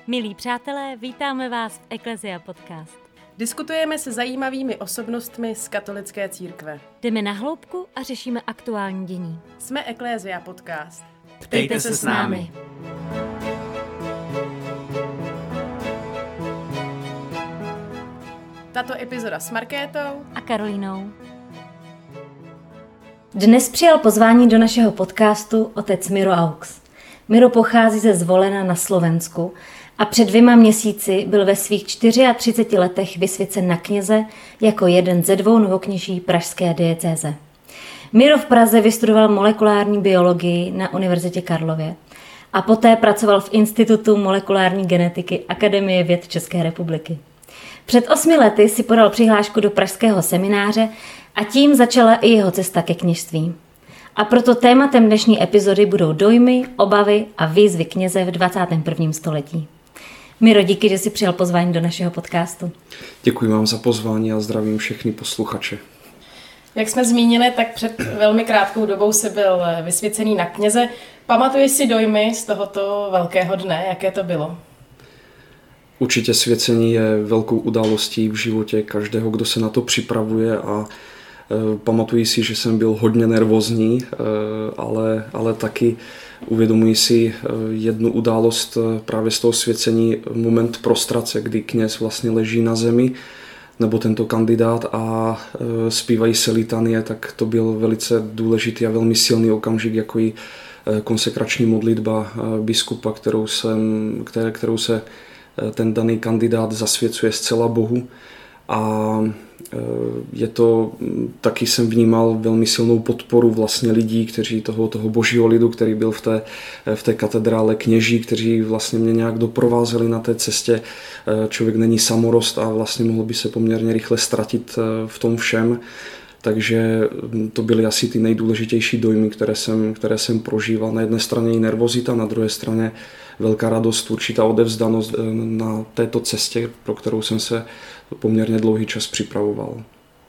Milí přátelé, vítáme vás v Ecclesia Podcast. Diskutujeme se zajímavými osobnostmi z katolické církve. Jdeme na hloubku a řešíme aktuální dění. Jsme Ecclesia Podcast. Ptejte se s námi. Tato epizoda s Markétou a Karolínou. Dnes přijal pozvání do našeho podcastu otec Miro Aux. Miro pochází ze Zvolena na Slovensku a před 2 měsíci byl ve svých 34 letech vysvěcen na kněze jako jeden ze 2 novokněží pražské diecéze. Miro v Praze vystudoval molekulární biologii na Univerzitě Karlově a poté pracoval v Institutu molekulární genetiky Akademie věd České republiky. Před 8 lety si podal přihlášku do pražského semináře a tím začala i jeho cesta ke kněžství. A proto tématem dnešní epizody budou dojmy, obavy a výzvy kněze v 21. století. Miro, díky, že jsi přijal pozvání do našeho podcastu. Děkuji vám za pozvání a zdravím všechny posluchače. Jak jsme zmínili, tak před velmi krátkou dobou jsi byl vysvěcený na kněze. Pamatuješ si dojmy z tohoto velkého dne? Jaké to bylo? Určitě svěcení je velkou událostí v životě každého, kdo se na to připravuje a pamatuji si, že jsem byl hodně nervózní, ale taky uvědomuji si jednu událost právě z toho svěcení, moment prostrace, kdy kněz vlastně leží na zemi, nebo tento kandidát a zpívají se litanie, tak to byl velice důležitý a velmi silný okamžik, jako i konsekrační modlitba biskupa, kterou se ten daný kandidát zasvěcuje zcela Bohu. A taky jsem vnímal velmi silnou podporu vlastně lidí, kteří toho božího lidu, který byl v té katedrále, kněží, kteří vlastně mě nějak doprovázeli na té cestě. Člověk není samorost a vlastně mohl by se poměrně rychle ztratit v tom všem. Takže to byly asi ty nejdůležitější dojmy, které jsem prožíval. Na jedné straně i nervozita, na druhé straně velká radost, určitá odevzdanost na této cestě, pro kterou jsem se poměrně dlouhý čas připravoval.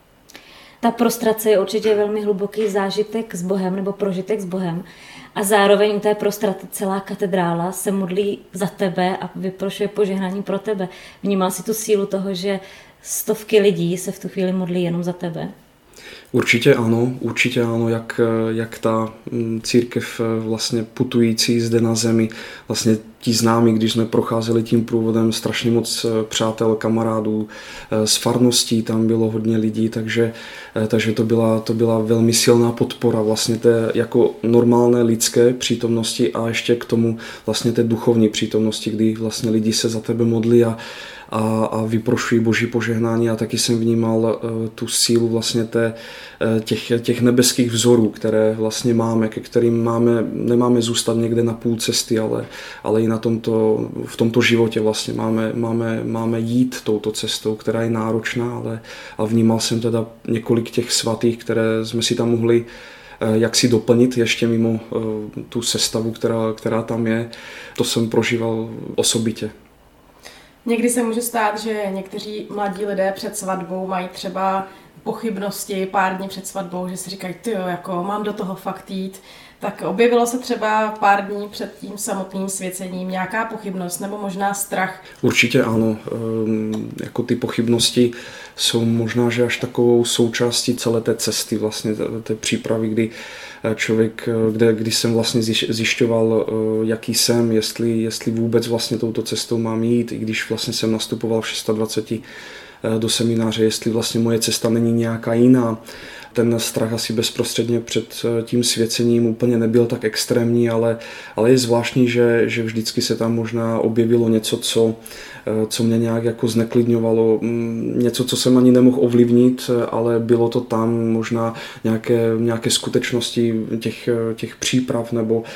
Ta prostrace je určitě velmi hluboký zážitek s Bohem nebo prožitek s Bohem. A zároveň u té prostraty celá katedrála se modlí za tebe a vyprošuje požehnání pro tebe. Vnímal jsi tu sílu toho, že stovky lidí se v tu chvíli modlí jenom za tebe? Určitě ano, jak ta církev vlastně putující zde na zemi, vlastně ti známí, když jsme procházeli tím průvodem, strašně moc přátel, kamarádů z farností, tam bylo hodně lidí, takže to byla velmi silná podpora vlastně té jako normálné lidské přítomnosti a ještě k tomu vlastně té duchovní přítomnosti, kdy vlastně lidi se za tebe modlí a vyprošují boží požehnání a taky jsem vnímal tu sílu vlastně těch nebeských vzorů, které vlastně máme, ke kterým nemáme zůstat někde na půl cesty, ale i v tomto životě vlastně máme jít touto cestou, která je náročná, ale vnímal jsem teda několik těch svatých, které jsme si tam mohli jak si doplnit ještě mimo tu sestavu, která tam je. To jsem prožíval osobitě. Někdy se může stát, že někteří mladí lidé před svatbou mají třeba pochybnosti pár dní před svatbou, že si říkají, jako mám do toho fakt jít. Tak objevilo se třeba pár dní před tím samotným svěcením nějaká pochybnost nebo možná strach? Určitě ano. Jako ty pochybnosti jsou možná, že až takovou součástí celé té cesty, vlastně té přípravy, kdy člověk, když jsem vlastně zjišťoval, jaký jsem, jestli vůbec vlastně touto cestou mám jít, i když vlastně jsem nastupoval v 26 do semináře, jestli vlastně moje cesta není nějaká jiná. Ten strach asi bezprostředně před tím svěcením úplně nebyl tak extrémní, ale je zvláštní, že vždycky se tam možná objevilo něco, co mě nějak jako zneklidňovalo, něco, co jsem ani nemohl ovlivnit, ale bylo to tam možná nějaké skutečnosti těch příprav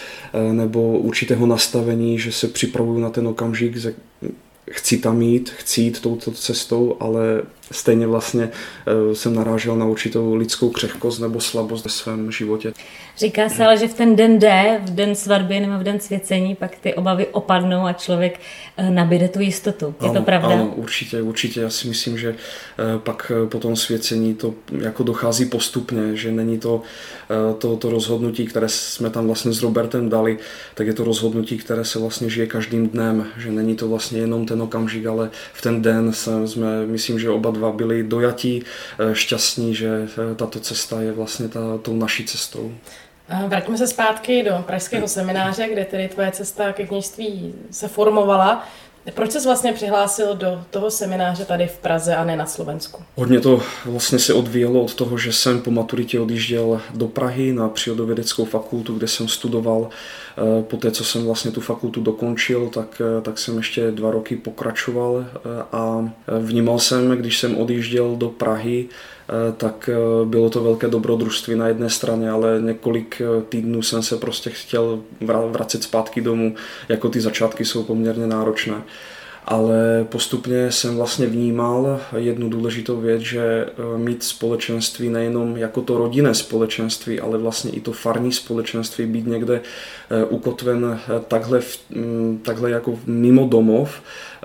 nebo určitého nastavení, že se připravuju na ten okamžik, chci tam jít, chci jít touto cestou, ale stejně vlastně jsem narážel na určitou lidskou křehkost nebo slabost ve svém životě. Říká se ale, že v ten den D, v den svatby nebo v den svěcení, pak ty obavy opadnou a člověk nabíde tu jistotu. Je to pravda? Ano, určitě. Já si myslím, že pak po tom svěcení to jako dochází postupně, že není to rozhodnutí, které jsme tam vlastně s Robertem dali, tak je to rozhodnutí, které se vlastně žije každým dnem, že není to vlastně jenom ten okamžik, ale v ten den jsme, myslím, že oba dva byli dojatí, šťastní, že tato cesta je vlastně tou naší cestou. Vraťme se zpátky do pražského semináře, kde tedy tvoje cesta ke kněžství se formovala. Proč jsi vlastně přihlásil do toho semináře tady v Praze a ne na Slovensku? Hodně to vlastně se odvíjelo od toho, že jsem po maturitě odjížděl do Prahy na přírodovědeckou fakultu, kde jsem studoval. Poté, co jsem vlastně tu fakultu dokončil, tak jsem ještě 2 roky pokračoval a vnímal jsem, když jsem odjížděl do Prahy, tak bylo to velké dobrodružství na jedné straně, ale několik týdnů jsem se prostě chtěl vracet zpátky domů, jako ty začátky jsou poměrně náročné. Ale postupně jsem vlastně vnímal jednu důležitou věc, že mít společenství nejenom jako to rodinné společenství, ale vlastně i to farní společenství, být někde ukotven takhle jako mimo domov,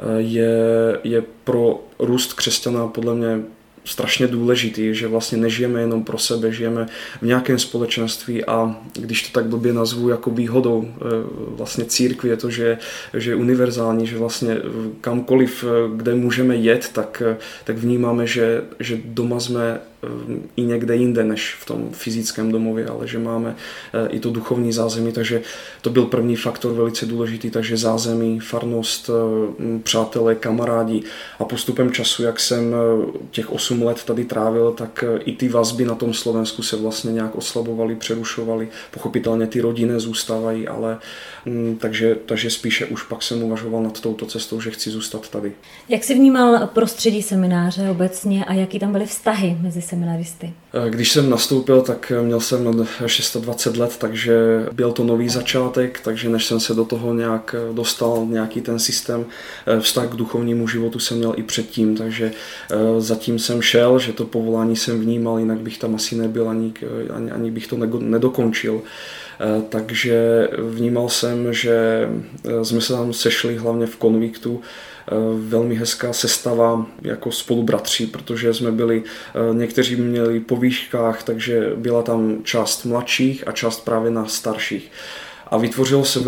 je pro růst křesťana podle mě strašně důležitý, že vlastně nežijeme jenom pro sebe, žijeme v nějakém společenství a když to tak blbě nazvu jako výhodou vlastně církvi je to, že je univerzální, že vlastně kamkoliv, kde můžeme jet, tak vnímáme, že doma jsme i někde jinde než v tom fyzickém domově, ale že máme i to duchovní zázemí, takže to byl první faktor velice důležitý, takže zázemí, farnost, přátelé, kamarádi a postupem času, jak jsem těch 8 let tady trávil, tak i ty vazby na tom Slovensku se vlastně nějak oslabovaly, přerušovaly, pochopitelně ty rodinné zůstávají, ale takže spíše už pak jsem uvažoval nad touto cestou, že chci zůstat tady. Jak jsi vnímal prostředí semináře obecně a jaký tam byly vztahy mezi seminaristy? Když jsem nastoupil, tak měl jsem 26 let, takže byl to nový začátek, takže než jsem se do toho nějak dostal, nějaký ten systém, vztah k duchovnímu životu jsem měl i předtím, takže zatím jsem šel, že to povolání jsem vnímal, jinak bych tam asi nebyl, ani bych to nedokončil. Takže vnímal jsem, že jsme se tam sešli hlavně v konviktu, velmi hezká sestava jako spolubratři, protože jsme byli, někteří měli po výškách, takže byla tam část mladších a část právě na starších. A vytvořilo se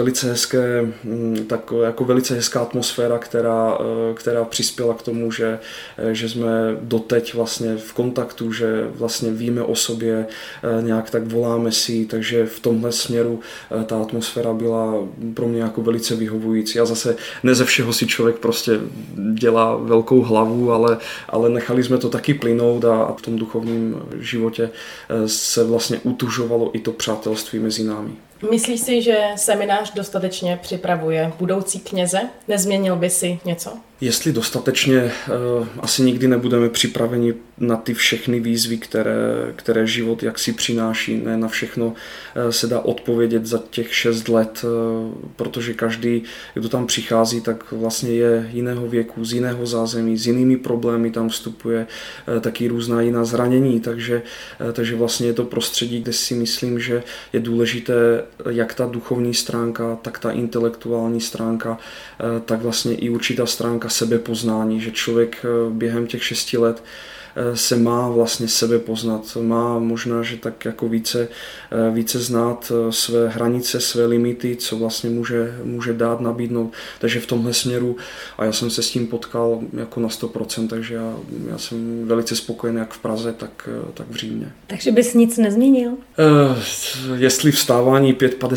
velice hezká atmosféra, která přispěla k tomu, že jsme doteď vlastně v kontaktu, že vlastně víme o sobě, nějak tak voláme si, takže v tomhle směru ta atmosféra byla pro mě jako velice vyhovující. A zase ne ze všeho si člověk prostě dělá velkou hlavu, ale nechali jsme to taky plynout a v tom duchovním životě se vlastně utužovalo i to přátelství mezi námi. Myslíš si, že seminář dostatečně připravuje budoucí kněze? Nezměnil by si něco? Jestli dostatečně, asi nikdy nebudeme připraveni na ty všechny výzvy, které život jaksi přináší. Ne na všechno se dá odpovědět za těch 6 let, protože každý, kdo tam přichází, tak vlastně je jiného věku, z jiného zázemí, s jinými problémy tam vstupuje, taky různá jiná zranění, takže vlastně je to prostředí, kde si myslím, že je důležité jak ta duchovní stránka, tak ta intelektuální stránka, tak vlastně i určitá stránka sebepoznání, že člověk během těch 6 let se má vlastně sebe poznat, má možná, že tak jako více znát své hranice, své limity, co vlastně může dát, nabídnout. Takže v tomhle směru, a já jsem se s tím potkal jako na 100%, takže já jsem velice spokojený jak v Praze, tak v Římě. Takže bys nic nezměnil? Jestli vstávání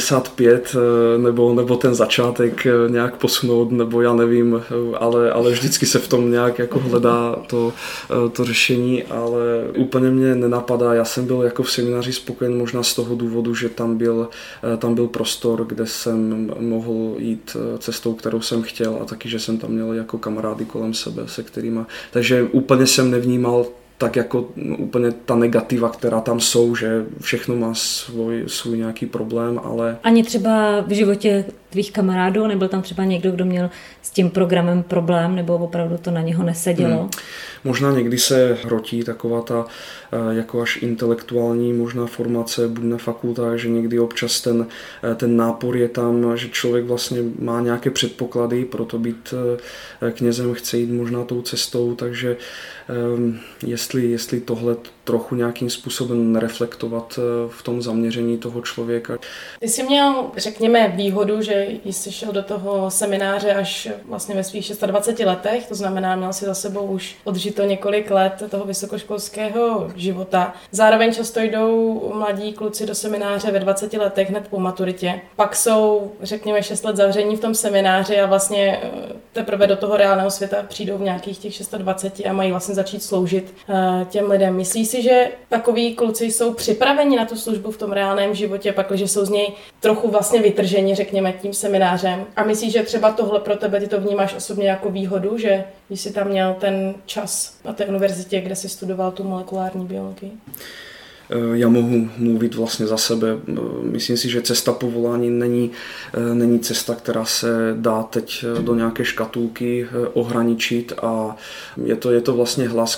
5:55 nebo ten začátek nějak posunout, nebo já nevím, ale vždycky se v tom nějak jako hledá to řešení, ale úplně mě nenapadá. Já jsem byl jako v semináři spokojen možná z toho důvodu, že tam byl prostor, kde jsem mohl jít cestou, kterou jsem chtěl a taky, že jsem tam měl jako kamarády kolem sebe, se kterýma. Takže úplně jsem nevnímal tak jako úplně ta negativa, která tam jsou, že všechno má svůj nějaký problém, ale... Ani třeba v životě tvých kamarádů? Nebyl tam třeba někdo, kdo měl s tím programem problém, nebo opravdu to na něho nesedělo? Možná někdy se hrotí taková ta jako až intelektuální možná formace, buď na fakultách, že někdy občas ten nápor je tam, že člověk vlastně má nějaké předpoklady, proto být knězem chce jít možná tou cestou, takže jestli tohle trochu nějakým způsobem reflektovat v tom zaměření toho člověka. Ty jsi měl, řekněme, výhodu, že jsi šel do toho semináře až vlastně ve svých 26 letech, to znamená, měl si za sebou už odžito několik let toho vysokoškolského života. Zároveň často jdou mladí kluci do semináře ve 20 letech hned po maturitě. Pak jsou, řekněme, 6 let zavření v tom semináři a vlastně teprve do toho reálného světa přijdou v nějakých těch 26 a mají vlastně začít sloužit těm lidem. Myslíš si, že takoví kluci jsou připraveni na tu službu v tom reálném životě, pakliže jsou z něj trochu vlastně vytrženi, řekněme, tím seminářem? A myslíš, že třeba tohle pro tebe, ty to vnímáš osobně jako výhodu, že když jsi tam měl ten čas na té univerzitě, kde jsi studoval tu molekulární biologii? Já mohu mluvit vlastně za sebe. Myslím si, že cesta povolání není cesta, která se dá teď do nějaké škatulky ohraničit a je to vlastně hlas,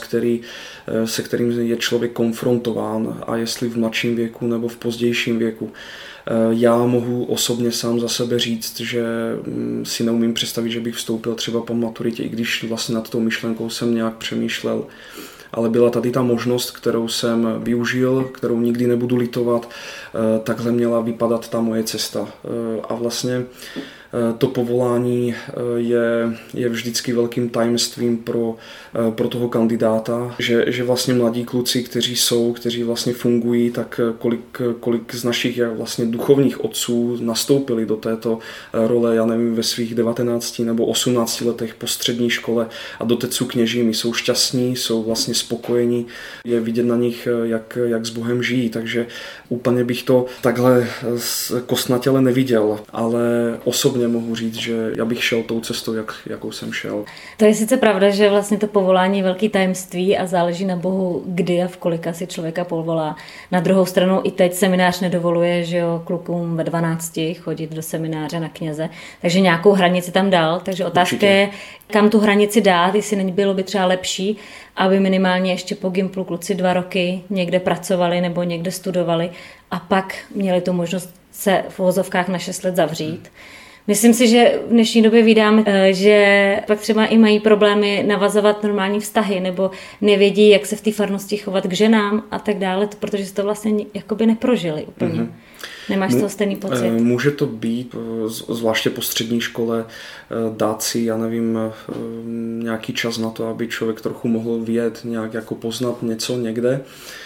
se kterým je člověk konfrontován a jestli v mladším věku nebo v pozdějším věku. Já mohu osobně sám za sebe říct, že si neumím představit, že bych vstoupil třeba po maturitě, i když vlastně nad tou myšlenkou jsem nějak přemýšlel. Ale byla tady ta možnost, kterou jsem využil, kterou nikdy nebudu litovat. Takhle měla vypadat ta moje cesta. A vlastně to povolání je vždycky velkým tajemstvím pro toho kandidáta, že vlastně mladí kluci, kteří vlastně fungují, tak kolik z našich vlastně duchovních otců nastoupili do této role, já nevím, ve svých 19 nebo 18 letech po střední škole a doteď jsou kněžími, jsou šťastní, jsou vlastně spokojení, je vidět na nich, jak s Bohem žijí, takže úplně bych to takhle kostnatěle neviděl, ale osobně mohu říct, že já bych šel tou cestou, jakou jsem šel. To je sice pravda, že vlastně to povolání je velký tajemství a záleží na Bohu, kdy a v kolika si člověka povolá. Na druhou stranu i teď seminář nedovoluje, že jo, klukům ve 12 chodit do semináře na kněze, takže nějakou hranici tam dal, takže otázka je, kam tu hranici dát, jestli nebylo by třeba lepší, aby minimálně ještě po gymplu kluci 2 roky někde pracovali nebo někde studovali a pak měli tu možnost se v uvozovkách na 6 let zavřít. Myslím si, že v dnešní době vídám, že pak třeba i mají problémy navazovat normální vztahy nebo nevědí, jak se v té farnosti chovat k ženám a tak dále, protože si to vlastně jakoby neprožili úplně. Mm-hmm. Nemáš z toho stejný pocit? Může to být, zvláště po střední škole, dát si, já nevím, nějaký čas na to, aby člověk trochu mohl vyjet, nějak jako poznat něco někde.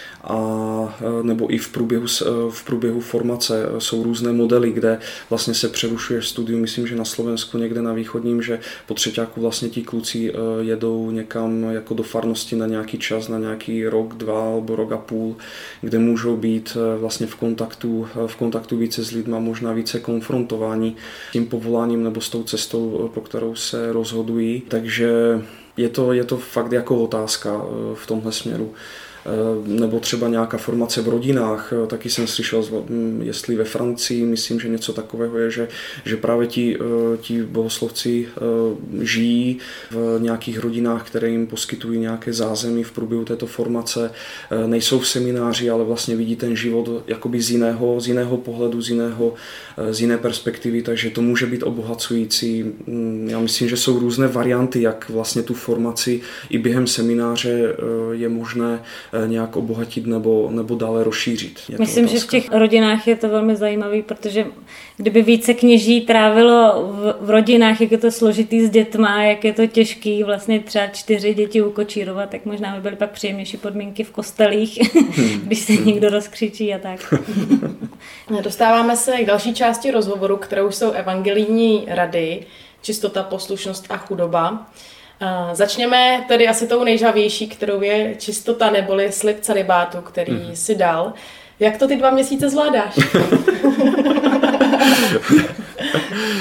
A nebo i v průběhu formace jsou různé modely, kde vlastně se přerušuje studium, myslím, že na Slovensku někde na východním, že po třeťáku vlastně ti kluci jedou někam jako do farnosti na nějaký čas, na nějaký rok, 2 nebo rok a půl, kde můžou být vlastně v kontaktu více s lidma, možná více konfrontování s tím povoláním nebo s tou cestou, pro kterou se rozhodují. Takže je to fakt jako otázka v tomhle směru. Nebo třeba nějaká formace v rodinách, taky jsem slyšel, jestli ve Francii, myslím, že něco takového je, že právě ti bohoslovci žijí v nějakých rodinách, které jim poskytují nějaké zázemí v průběhu této formace, nejsou v semináři, ale vlastně vidí ten život jakoby z jiného pohledu, z jiné perspektivy, takže to může být obohacující. Já myslím, že jsou různé varianty, jak vlastně tu formaci i během semináře je možné nějak obohatit nebo dále rozšířit. Myslím, že v těch rodinách je to velmi zajímavé, protože kdyby více kněží trávilo v rodinách, jak je to složitý s dětma, jak je to těžký vlastně třeba 4 děti ukočírovat, tak možná by byly pak příjemnější podmínky v kostelích, když se někdo rozkřičí a tak. Dostáváme se k další části rozhovoru, kterou jsou evangelijní rady, čistota, poslušnost a chudoba. Začněme tedy asi tou nejžavější, kterou je čistota neboli slib celibátu, který si dal. Jak to ty 2 měsíce zvládáš?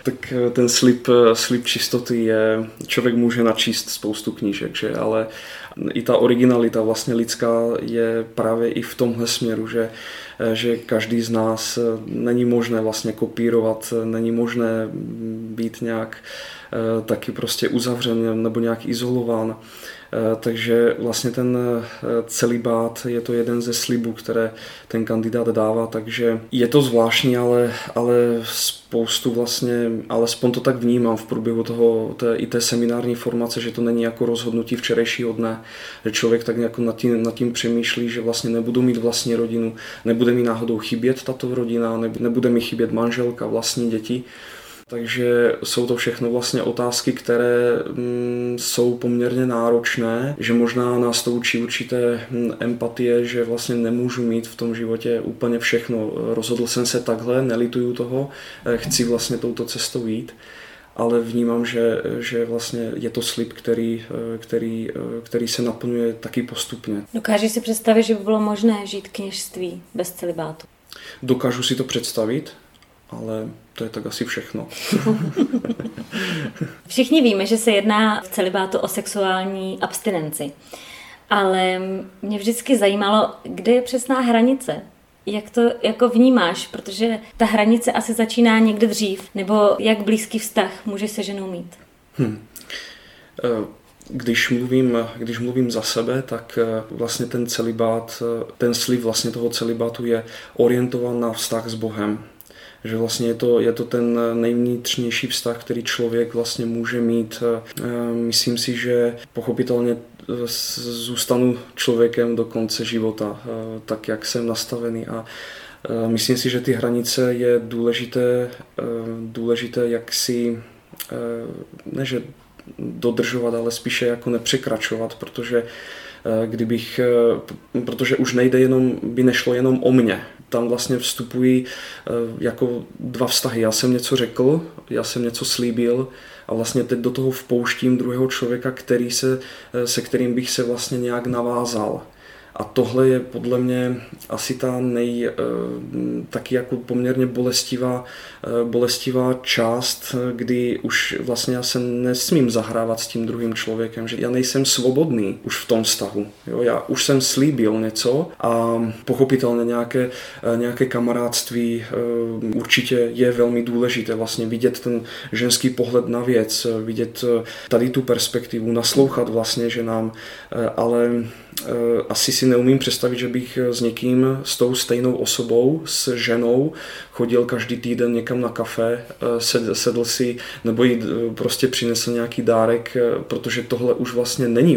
Tak ten slib čistoty je, člověk může načíst spoustu knížek, že? Ale i ta originalita vlastně lidská je právě i v tomhle směru, že každý z nás není možné vlastně kopírovat, není možné být nějak taky prostě uzavřen nebo nějak izolován. Takže vlastně ten celibát je to jeden ze slibů, které ten kandidát dává, takže je to zvláštní, ale spoustu vlastně, alespoň to tak vnímám v průběhu i té seminární formace, že to není jako rozhodnutí včerejšího dne, že člověk tak nějak nad tím přemýšlí, že vlastně nebudu mít vlastní rodinu, nebude mi náhodou chybět tato rodina, nebude mi chybět manželka, vlastní děti. Takže jsou to všechno vlastně otázky, které jsou poměrně náročné, že možná nás to učí určité empatie, že vlastně nemůžu mít v tom životě úplně všechno. Rozhodl jsem se takhle, nelituju toho, chci vlastně touto cestou jít, ale vnímám, že vlastně je to slib, který se naplňuje taky postupně. Dokážeš si představit, že by bylo možné žít kněžství bez celibátu? Dokážu si to představit, ale to je tak asi všechno. Všichni víme, že se jedná v celibátu o sexuální abstinenci. Ale mě vždycky zajímalo, kde je přesná hranice. Jak to jako vnímáš? Protože ta hranice asi začíná někde dřív. Nebo jak blízký vztah můžeš se ženou mít? Když mluvím za sebe, tak vlastně ten celibát, ten slib vlastně toho celibátu je orientován na vztah s Bohem. Že vlastně je to ten nejvnitřnější vztah, který člověk vlastně může mít. Myslím si, že pochopitelně zůstanu člověkem do konce života, tak jak jsem nastavený. A myslím si, že ty hranice je důležité jak si, ne že dodržovat, ale spíše jako nepřekračovat, protože už by nešlo jenom o mě. Tam vlastně vstupují jako dva vztahy. Já jsem něco řekl, já jsem něco slíbil a vlastně teď do toho vpouštím druhého člověka, se kterým bych se vlastně nějak navázal. A tohle je podle mě asi ta taky jako poměrně bolestivá část, kdy už vlastně já se nesmím zahrávat s tím druhým člověkem, že já nejsem svobodný už v tom vztahu. Jo? Já už jsem slíbil něco a pochopitelně nějaké kamarádství určitě je velmi důležité vlastně vidět ten ženský pohled na věc, vidět tady tu perspektivu, naslouchat vlastně ženám, ale asi si neumím představit, že bych s někým, s tou stejnou osobou, s ženou, chodil každý týden někam na kafe, sedl si, nebo jí prostě přinesl nějaký dárek, protože tohle už vlastně není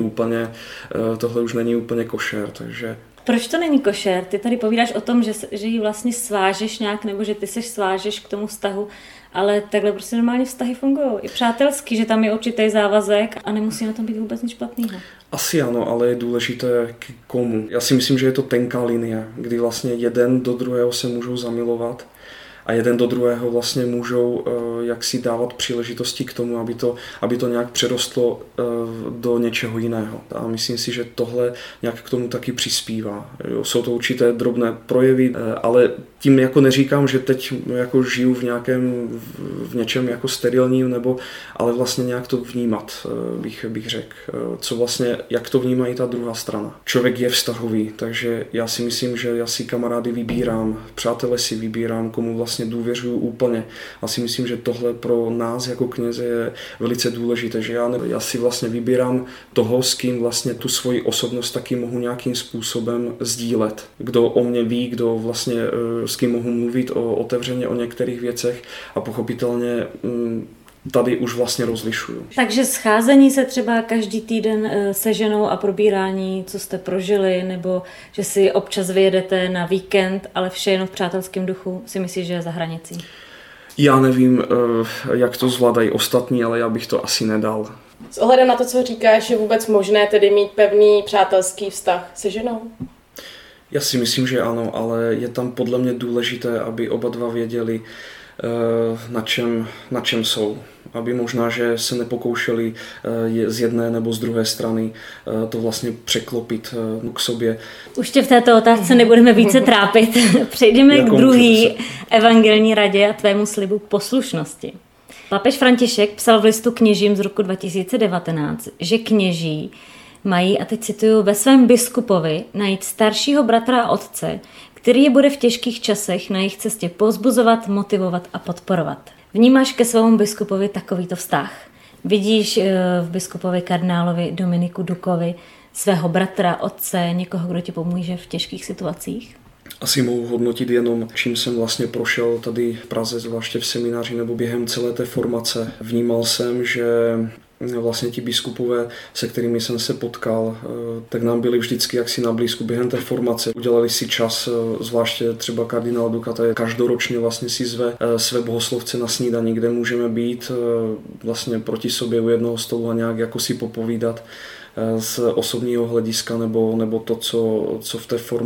úplně košer, takže... Proč to není košer? Ty tady povídáš o tom, že ji vlastně svážeš nějak, nebo že ty se svážeš k tomu vztahu, ale takhle prostě normálně vztahy fungují. I přátelský, že tam je určitý závazek a nemusí na tom být vůbec nic špatného. Asi ano, ale je důležité k komu. Já si myslím, že je to tenká linie, kdy vlastně jeden do druhého se můžou zamilovat a jeden do druhého vlastně můžou jaksi dávat příležitosti k tomu, aby to nějak přerostlo do něčeho jiného. A myslím si, že tohle nějak k tomu taky přispívá. Jsou to určité drobné projevy, ale tím jako neříkám, že teď jako žiju v něčem jako sterilním, ale vlastně nějak to vnímat, bych řekl. Co vlastně, jak to vnímá i ta druhá strana. Člověk je vztahový, takže já si myslím, že já si kamarády vybírám, přátele si vybírám, komu vlastně důvěřuju úplně. A si myslím, že tohle pro nás jako kněze je velice důležité, že já si vlastně vybírám toho, s kým vlastně tu svoji osobnost taky mohu nějakým způsobem sdílet. Kdo o mě ví, kdo vlastně s kým mohu mluvit otevřeně o některých věcech a pochopitelně tady už vlastně rozlišuju. Takže scházení se třeba každý týden se ženou a probírání, co jste prožili, nebo že si občas vyjedete na víkend, ale vše jenom v přátelském duchu, si myslíš, že je za hranicí? Já nevím, jak to zvládají ostatní, ale já bych to asi nedal. S ohledem na to, co říkáš, je vůbec možné tedy mít pevný přátelský vztah se ženou? Já si myslím, že ano, ale je tam podle mě důležité, aby oba dva věděli, na čem jsou. Aby možná, že se nepokoušeli z jedné nebo z druhé strany to vlastně překlopit k sobě. Už tě v této otázce nebudeme více trápit. Přejdeme k druhé evangelní radě a tvému slibu poslušnosti. Papež František psal v listu kněžím z roku 2019, že kněží mají, a teď cituju, ve svém biskupovi najít staršího bratra a otce, který je bude v těžkých časech na jejich cestě povzbuzovat, motivovat a podporovat. Vnímáš ke svému biskupovi takovýto vztah? Vidíš v biskupovi kardinálovi Dominiku Dukovi svého bratra, otce, někoho, kdo ti pomůže v těžkých situacích? Asi mohu hodnotit jenom, čím jsem vlastně prošel tady v Praze, zvláště v semináři nebo během celé té formace. Vnímal jsem, že vlastně ti biskupové, se kterými jsem se potkal, tak nám byli vždycky jaksi na blízku během té formace. Udělali si čas, zvláště třeba kardinál Duka, každoročně vlastně si zve své bohoslovce na snídani, kde můžeme být vlastně proti sobě u jednoho stolu a nějak jako si popovídat z osobního hlediska nebo to, co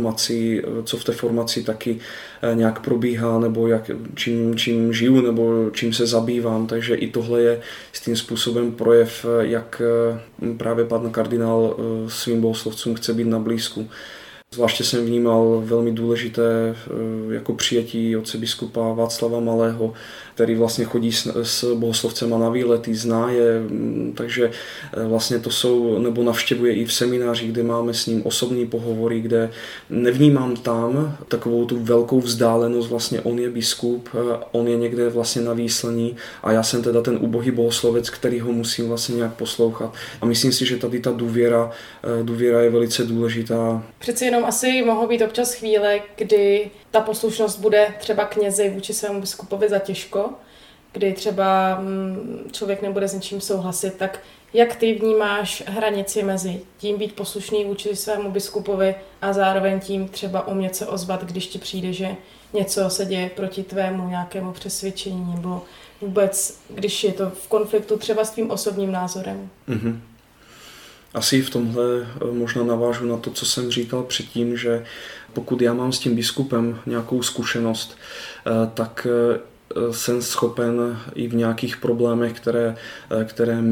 v té formaci taky nějak probíhá, nebo čím žiju, nebo čím se zabývám. Takže i tohle je s tím způsobem projev, jak právě pan kardinál svým bohoslovcům chce být na blízku. Zvláště jsem vnímal velmi důležité jako přijetí otce biskupa Václava Malého, který vlastně chodí s bohoslovcema na výlety, zná je, takže vlastně to jsou, nebo navštěvuje i v semináři, kde máme s ním osobní pohovory, kde nevnímám tam takovou tu velkou vzdálenost, vlastně on je biskup, on je někde vlastně na výslení a já jsem teda ten ubohý bohoslovec, který ho musím vlastně nějak poslouchat. A myslím si, že tady ta důvěra je velice důležitá. Přeci jenom asi mohou být občas chvíle, kdy ta poslušnost bude třeba knězi vůči svému biskupovi za těžko, kdy třeba člověk nebude s něčím souhlasit, tak jak ty vnímáš hranici mezi tím být poslušný vůči svému biskupovi a zároveň tím třeba umět se ozvat, když ti přijde, že něco se děje proti tvému nějakému přesvědčení, nebo vůbec, když je to v konfliktu třeba s tvým osobním názorem? Mm-hmm. Asi v tomhle možná navážu na to, co jsem říkal předtím, že pokud já mám s tím biskupem nějakou zkušenost, tak jsem schopen i v nějakých problémech, které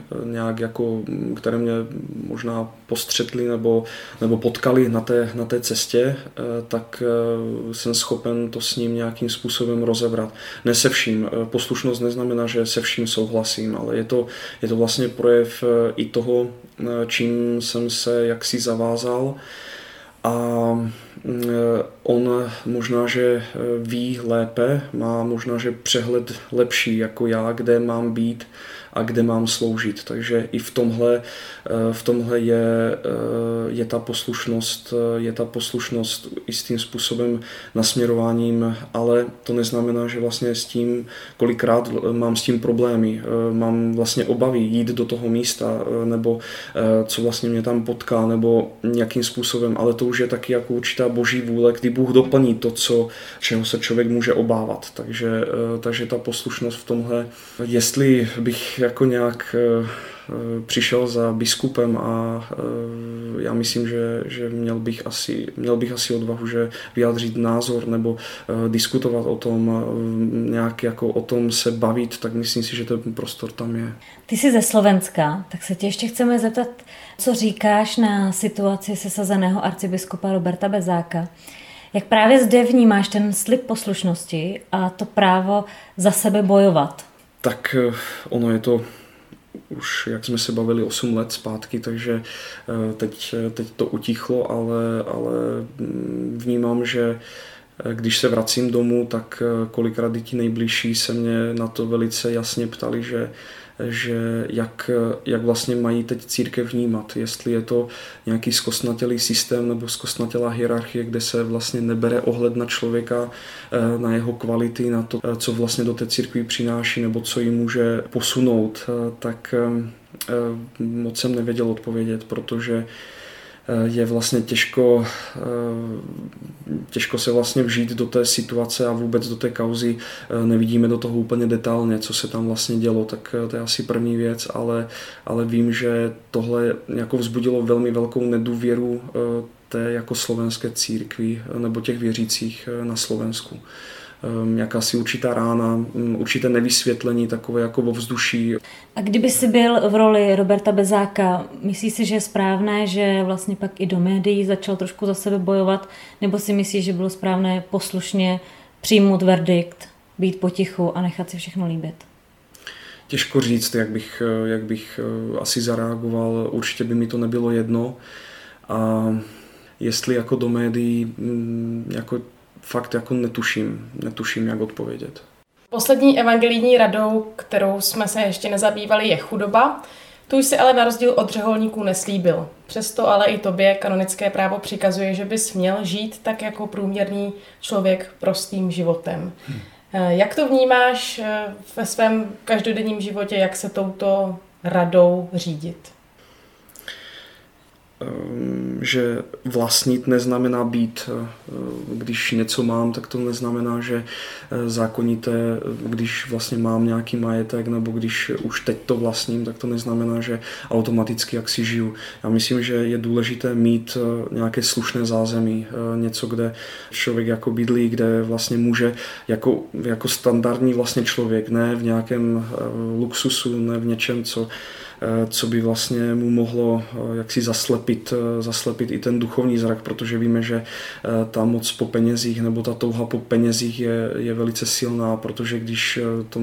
mě možná postřetly nebo potkali na té cestě, tak jsem schopen to s ním nějakým způsobem rozebrat. Ne se vším. Poslušnost neznamená, že se vším souhlasím, ale je to vlastně projev i toho, čím jsem se jaksi zavázal. A on možná, že ví lépe, má možná, že přehled lepší jako já, kde mám být a kde mám sloužit. Takže i v tomhle je ta poslušnost jistým způsobem nasměrováním, ale to neznamená, že vlastně s tím kolikrát mám s tím problémy. Mám vlastně obavy jít do toho místa, nebo co vlastně mě tam potká, nebo nějakým způsobem, ale to už je taky jako určitá boží vůle, kdy Bůh doplní to, čeho se člověk může obávat. Takže ta poslušnost v tomhle, jestli bych jako nějak přišel za biskupem a já myslím, že měl bych asi odvahu, že vyjádřit názor nebo diskutovat o tom, nějak jako o tom se bavit, tak myslím si, že ten prostor tam je. Ty jsi ze Slovenska, tak se tě ještě chceme zeptat, co říkáš na situaci sesazeného arcibiskupa Roberta Bezáka. Jak právě zde vnímáš ten slib poslušnosti a to právo za sebe bojovat? Tak ono je to už, jak jsme se bavili, 8 let zpátky, takže teď to utichlo, ale vnímám, že když se vracím domů, tak kolikrát i ti nejbližší se mě na to velice jasně ptali, že jak vlastně mají teď církev vnímat. Jestli je to nějaký zkostnatělý systém nebo zkostnatělá hierarchie, kde se vlastně nebere ohled na člověka, na jeho kvality, na to, co vlastně do té církvi přináší nebo co ji může posunout, tak moc jsem nevěděl odpovědět, protože je vlastně těžko se vlastně vžít do té situace a vůbec do té kauzy. Nevidíme do toho úplně detailně, co se tam vlastně dělo, tak to je asi první věc, ale vím, že tohle jako vzbudilo velmi velkou nedůvěru té jako slovenské církvi nebo těch věřících na Slovensku. Jakási určitá rána, určité nevysvětlení, takové jako vo vzduší. A kdyby si byl v roli Roberta Bezáka, myslíš si, že je správné, že vlastně pak i do médií začal trošku za sebe bojovat, nebo si myslíš, že bylo správné poslušně přijmout verdikt, být potichu a nechat si všechno líbit? Těžko říct, jak bych asi zareagoval. Určitě by mi to nebylo jedno. A jestli jako do médií, jako fakt jako netuším, jak odpovědět. Poslední evangelijní radou, kterou jsme se ještě nezabývali, je chudoba. Tu jsi ale na rozdíl od řeholníků neslíbil. Přesto ale i tobě kanonické právo přikazuje, že bys měl žít tak jako průměrný člověk prostým životem. Jak to vnímáš ve svém každodenním životě, jak se touto radou řídit? Že vlastnit neznamená být. Když něco mám, tak to neznamená, že zákonité, když vlastně mám nějaký majetek, nebo když už teď to vlastním, tak to neznamená, že automaticky jak si žiju. Já myslím, že je důležité mít nějaké slušné zázemí, něco, kde člověk jako bydlí, kde vlastně může jako standardní vlastně člověk, ne v nějakém luxusu, ne v něčem, co by vlastně mu mohlo jaksi zaslepit i ten duchovní zrak, protože víme, že ta moc po penězích nebo ta touha po penězích je velice silná, protože když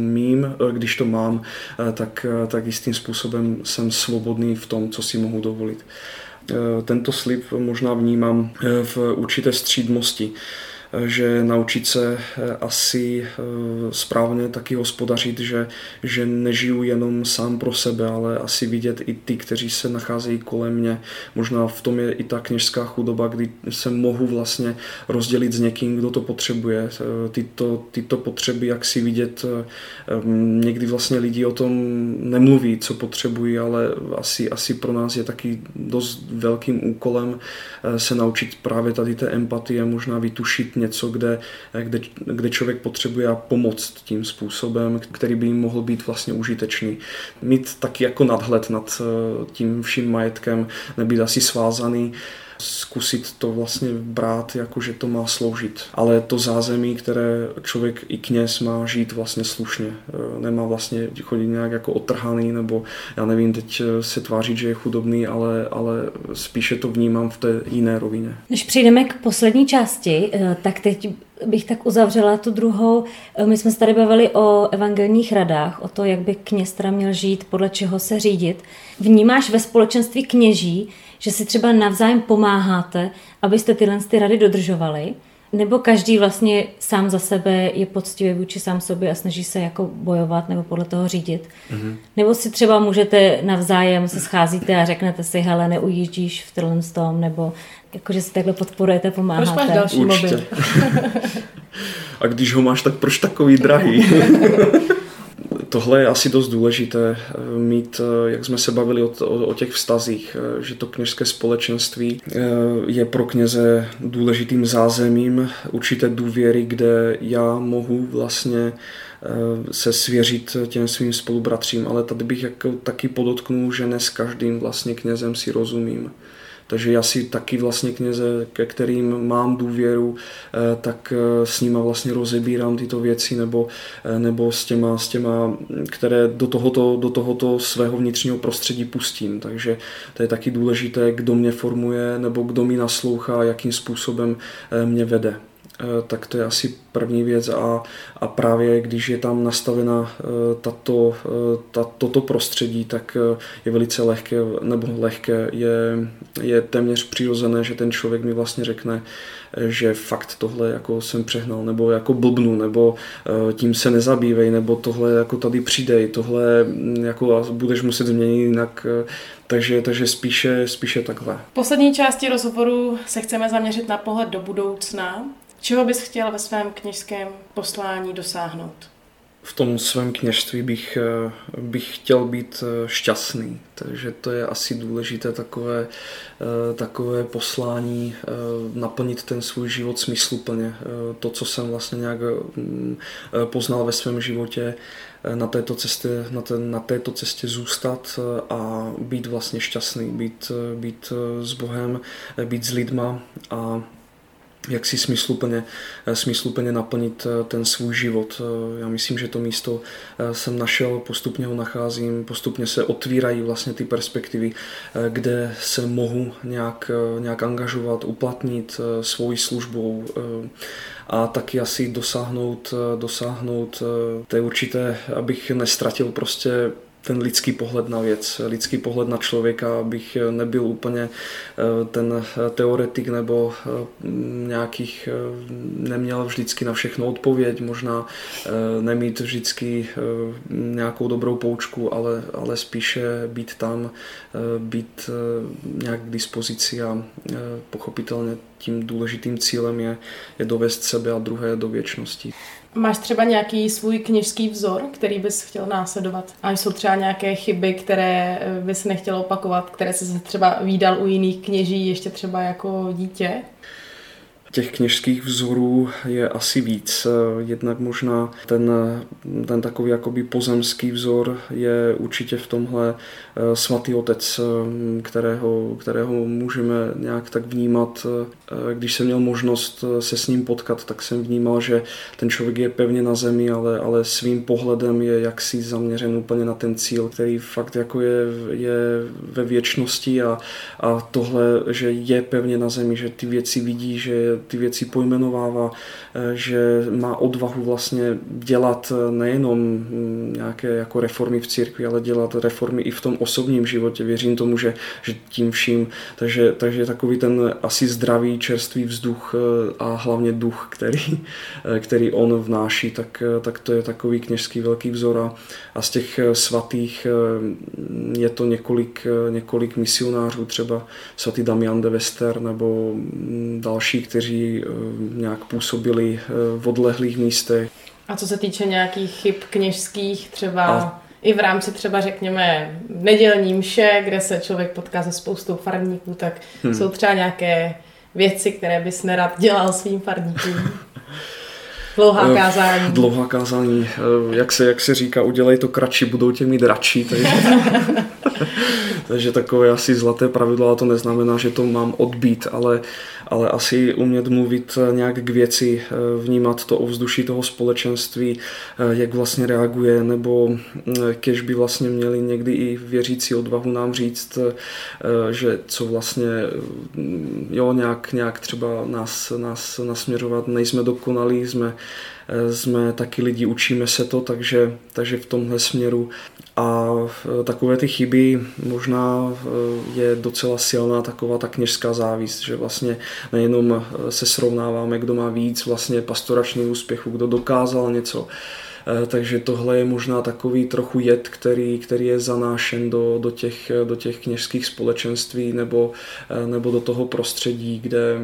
to mám, tak jistým způsobem jsem svobodný v tom, co si mohu dovolit. Tento slib možná vnímám v určité střídmosti, že naučit se asi správně taky hospodařit, že nežiju jenom sám pro sebe, ale asi vidět i ty, kteří se nacházejí kolem mě. Možná v tom je i ta kněžská chudoba, kdy se mohu vlastně rozdělit s někým, kdo to potřebuje. Tyto potřeby, jak si vidět, někdy vlastně lidi o tom nemluví, co potřebují, ale asi pro nás je taky dost velkým úkolem se naučit právě tady té empatie, možná vytušit něco, kde člověk potřebuje pomoct tím způsobem, který by jim mohl být vlastně užitečný. Mít taky jako nadhled nad tím vším majetkem, nebýt asi svázaný, zkusit to vlastně brát, jako že to má sloužit. Ale to zázemí, které člověk i kněz má žít vlastně slušně. Nemá vlastně chodit nějak jako otrhaný, nebo já nevím, teď se tvářit, že je chudobný, ale spíše to vnímám v té jiné rovině. Než přijdeme k poslední části, tak teď bych tak uzavřela tu druhou. My jsme se tady bavili o evangelních radách, o to, jak by kněz teda měl žít, podle čeho se řídit. Vnímáš ve společenství kněží, že si třeba navzájem pomáháte, abyste tyhle rady dodržovali? Nebo každý vlastně sám za sebe je poctivý vůči sám sobě a snaží se jako bojovat nebo podle toho řídit? Mm-hmm. Nebo si třeba můžete navzájem se scházíte a řeknete si, hele, neujíždíš v tomhle tom, nebo jakože si takhle podporujete, pomáháte. Proč máš další mobil? A když ho máš, tak proč takový drahý? Tohle je asi dost důležité mít, jak jsme se bavili o těch vztazích, že to kněžské společenství je pro kněze důležitým zázemím určité důvěry, kde já mohu vlastně se svěřit těm svým spolubratřím, ale tady bych jako taky podotknul, že ne s každým vlastně knězem si rozumím. Takže já si taky vlastně kněze, ke kterým mám důvěru, tak s nima vlastně rozebírám tyto věci nebo s těma, které do tohoto svého vnitřního prostředí pustím. Takže to je taky důležité, kdo mě formuje nebo kdo mi naslouchá, jakým způsobem mě vede. Tak to je asi první věc a právě když je tam nastavena toto prostředí, tak je velice lehké, je téměř přirozené, že ten člověk mi vlastně řekne, že fakt tohle jako jsem přehnal, nebo jako blbnu, nebo tím se nezabývej, nebo tohle jako tady přidej, tohle jako budeš muset změnit jinak. Takže spíše takhle. V poslední části rozhovoru se chceme zaměřit na pohled do budoucna. Čeho bys chtěl ve svém kněžském poslání dosáhnout? V tom svém kněžství bych chtěl být šťastný, takže to je asi důležité takové poslání, naplnit ten svůj život smysluplně. To, co jsem vlastně nějak poznal ve svém životě, na této cestě zůstat a být vlastně šťastný, být s Bohem, být s lidma jak si smysluplně naplnit ten svůj život. Já myslím, že to místo jsem našel, postupně ho nacházím, postupně se otvírají vlastně ty perspektivy, kde se mohu nějak angažovat, uplatnit svojí službou a taky asi dosáhnout té určité, abych nestratil prostě ten lidský pohled na věc, lidský pohled na člověka, abych nebyl úplně ten teoretik nebo neměl vždycky na všechno odpověď, možná nemít vždycky nějakou dobrou poučku, ale spíše být tam, být nějak k dispozici a pochopitelně tím důležitým cílem je dovést sebe a druhé do věčnosti. Máš třeba nějaký svůj kněžský vzor, který bys chtěl následovat? A jsou třeba nějaké chyby, které bys nechtěl opakovat, které jsi třeba vídal u jiných kněží, ještě třeba jako dítě? Těch kněžských vzorů je asi víc. Jednak možná ten takový jakoby pozemský vzor je určitě v tomhle svatý otec, kterého můžeme nějak tak vnímat. Když jsem měl možnost se s ním potkat, tak jsem vnímal, že ten člověk je pevně na zemi, ale svým pohledem je jaksi zaměřen úplně na ten cíl, který fakt jako je ve věčnosti a tohle, že je pevně na zemi, že ty věci vidí, že ty věci pojmenovává, že má odvahu vlastně dělat nejenom nějaké jako reformy v církvi, ale dělat reformy i v tom osobním životě. Věřím tomu, že tím vším, takže takový ten asi zdravý, čerstvý vzduch a hlavně duch, který on vnáší, tak to je takový kněžský velký vzor a z těch svatých je to několik misionářů, třeba svatý Damian de Vester nebo další, kteří nějak působili v odlehlých místech. A co se týče nějakých chyb kněžských, třeba i v rámci třeba řekněme nedělní mše, kde se člověk potká se spoustou farníků, tak jsou třeba nějaké věci, které bys nerad dělal svým farníkům? Dlouhá kázání. Jak se říká, udělej to kratší, budou tě mít radši. Takže takové asi zlaté pravidlo, a to neznamená, že to mám odbít, ale asi umět mluvit nějak k věci, vnímat to ovzduší toho společenství, jak vlastně reaguje, nebo kež by vlastně měli někdy i věřící odvahu nám říct, že co vlastně nějak třeba nás nasměřovat, nejsme dokonalí, jsme taky lidi, učíme se to, takže v tomhle směru. A takové ty chyby možná je docela silná taková ta kněžská závist, že vlastně nejenom se srovnáváme, kdo má víc vlastně pastoračního úspěchu, kdo dokázal něco. Takže tohle je možná takový trochu jed, který je zanášen do těch kněžských společenství nebo do toho prostředí,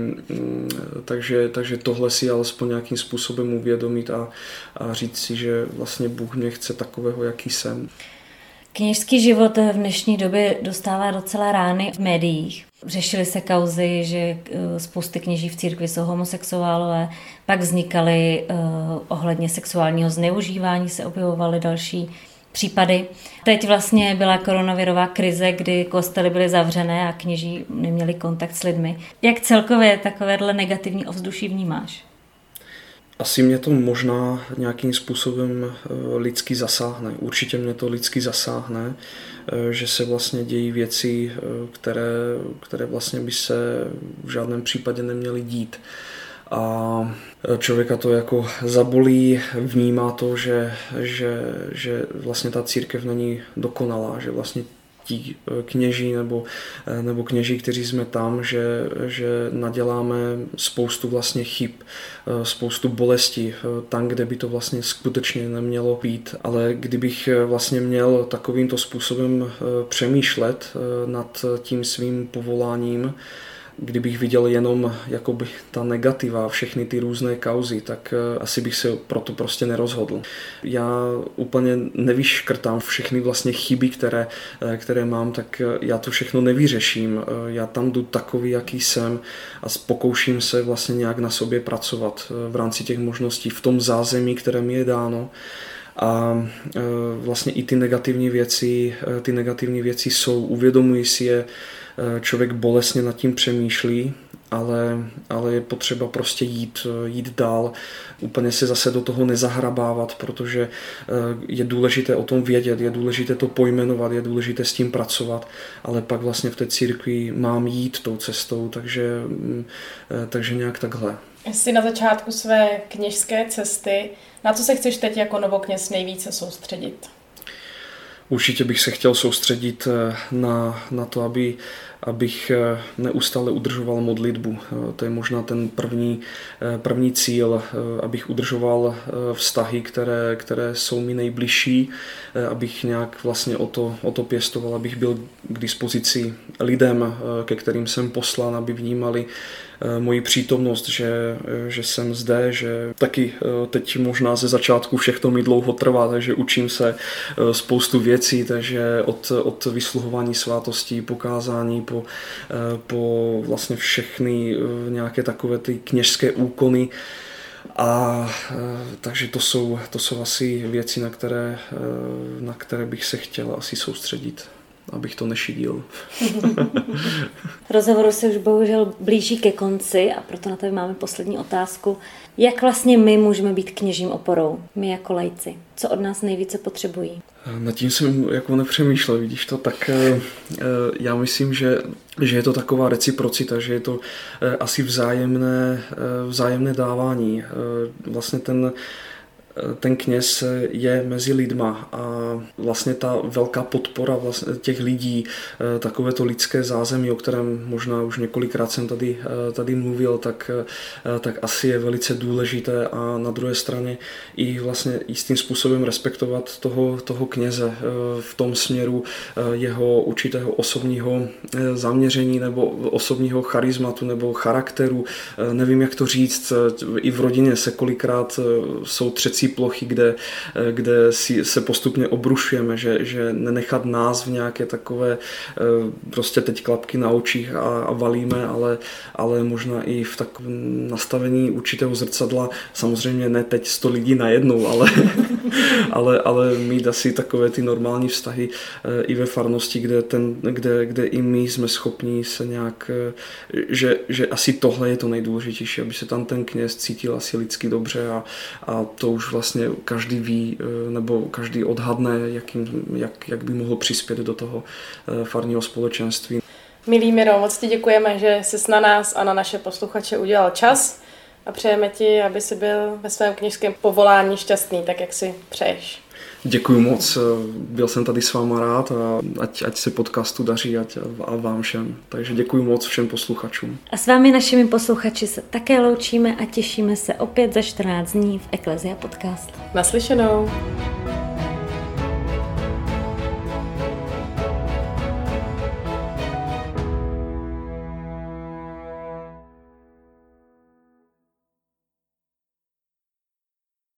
takže tohle si alespoň nějakým způsobem uvědomit a říct si, že vlastně Bůh mě chce takového, jaký jsem. Kněžský život v dnešní době dostává docela rány v médiích. Řešily se kauzy, že spousty kněží v církvi jsou homosexuálové, pak vznikaly ohledně sexuálního zneužívání, se objevovaly další případy. Teď vlastně byla koronavirová krize, kdy kostely byly zavřené a kněží neměli kontakt s lidmi. Jak celkově takovéhle negativní ovzduší vnímáš? Asi mě to možná nějakým způsobem lidsky zasáhne. Určitě mě to lidsky zasáhne, že se vlastně dějí věci, které vlastně by se v žádném případě neměly dít. A člověka to jako zabolí, vnímá to, že vlastně ta církev není dokonalá, že vlastně ti kněží nebo kněží, kteří jsme tam, že naděláme spoustu vlastně chyb, spoustu bolesti tam, kde by to vlastně skutečně nemělo být. Ale kdybych vlastně měl takovýmto způsobem přemýšlet nad tím svým povoláním, kdybych viděl jenom jakoby ta negativa, všechny ty různé kauzy, tak asi bych se proto prostě nerozhodl. Já úplně nevyškrtám všechny vlastně chyby, které mám, tak já to všechno nevyřeším. Já tam jdu takový, jaký jsem a pokouším se vlastně nějak na sobě pracovat v rámci těch možností v tom zázemí, které mi je dáno. A vlastně i ty negativní věci jsou, uvědomuji si je, člověk bolestně nad tím přemýšlí ale je potřeba prostě jít dál, úplně si zase do toho nezahrabávat, protože je důležité o tom vědět, je důležité to pojmenovat, je důležité s tím pracovat, ale pak vlastně v té církvi mám jít tou cestou, takže nějak takhle. Jsi na začátku své kněžské cesty. Na co se chceš teď jako novokněz nejvíce soustředit? Určitě bych se chtěl soustředit na to, abych neustále udržoval modlitbu. To je možná ten první cíl, abych udržoval vztahy, které jsou mi nejbližší, abych nějak vlastně o to pěstoval, abych byl k dispozici lidem, ke kterým jsem poslán, aby vnímali moji přítomnost, že jsem zde, že taky teď možná ze začátku všechno mi dlouho trvá, takže učím se spoustu věcí, takže od vysluhování svátostí, pokázání po vlastně všechny nějaké takové ty kněžské úkony. A takže to jsou asi věci, na které bych se chtěl asi soustředit, abych to nešidil. Rozhovoru se už bohužel blíží ke konci a proto na tebe máme poslední otázku. Jak vlastně my můžeme být kněžím oporou, my jako laici? Co od nás nejvíce potřebují? Nad tím jsem jako nepřemýšlel, vidíš to, tak já myslím, že je to taková reciprocita, že je to asi vzájemné dávání. Vlastně ten kněz je mezi lidma a vlastně ta velká podpora vlastně těch lidí, takové to lidské zázemí, o kterém možná už několikrát jsem tady mluvil, tak asi je velice důležité a na druhé straně i vlastně jistým způsobem respektovat toho kněze v tom směru jeho určitého osobního zaměření nebo osobního charizmatu nebo charakteru. Nevím, jak to říct, i v rodině se kolikrát jsou třecí plochy, kde se postupně obrušujeme, že nenechat nás v nějaké takové prostě teď klapky na očích a valíme, ale možná i v takovém nastavení určitého zrcadla, samozřejmě ne teď 100 lidí najednou, ale mít asi takové ty normální vztahy i ve farnosti, kde i my jsme schopni se nějak, že asi tohle je to nejdůležitější, aby se tam ten kněz cítil asi lidsky dobře a to už vlastně každý ví, nebo každý odhadne, jak by mohl přispět do toho farního společenství. Milý Miro, moc ti děkujeme, že jsi na nás a na naše posluchače udělal čas a přejeme ti, aby jsi byl ve svém kněžském povolání šťastný, tak jak si přeješ. Děkuji moc, byl jsem tady s váma rád a ať se podcastu daří a vám všem. Takže děkuji moc všem posluchačům. A s vámi, našimi posluchači, se také loučíme a těšíme se opět za 14 dní v Ecclesia Podcast. Naslyšenou.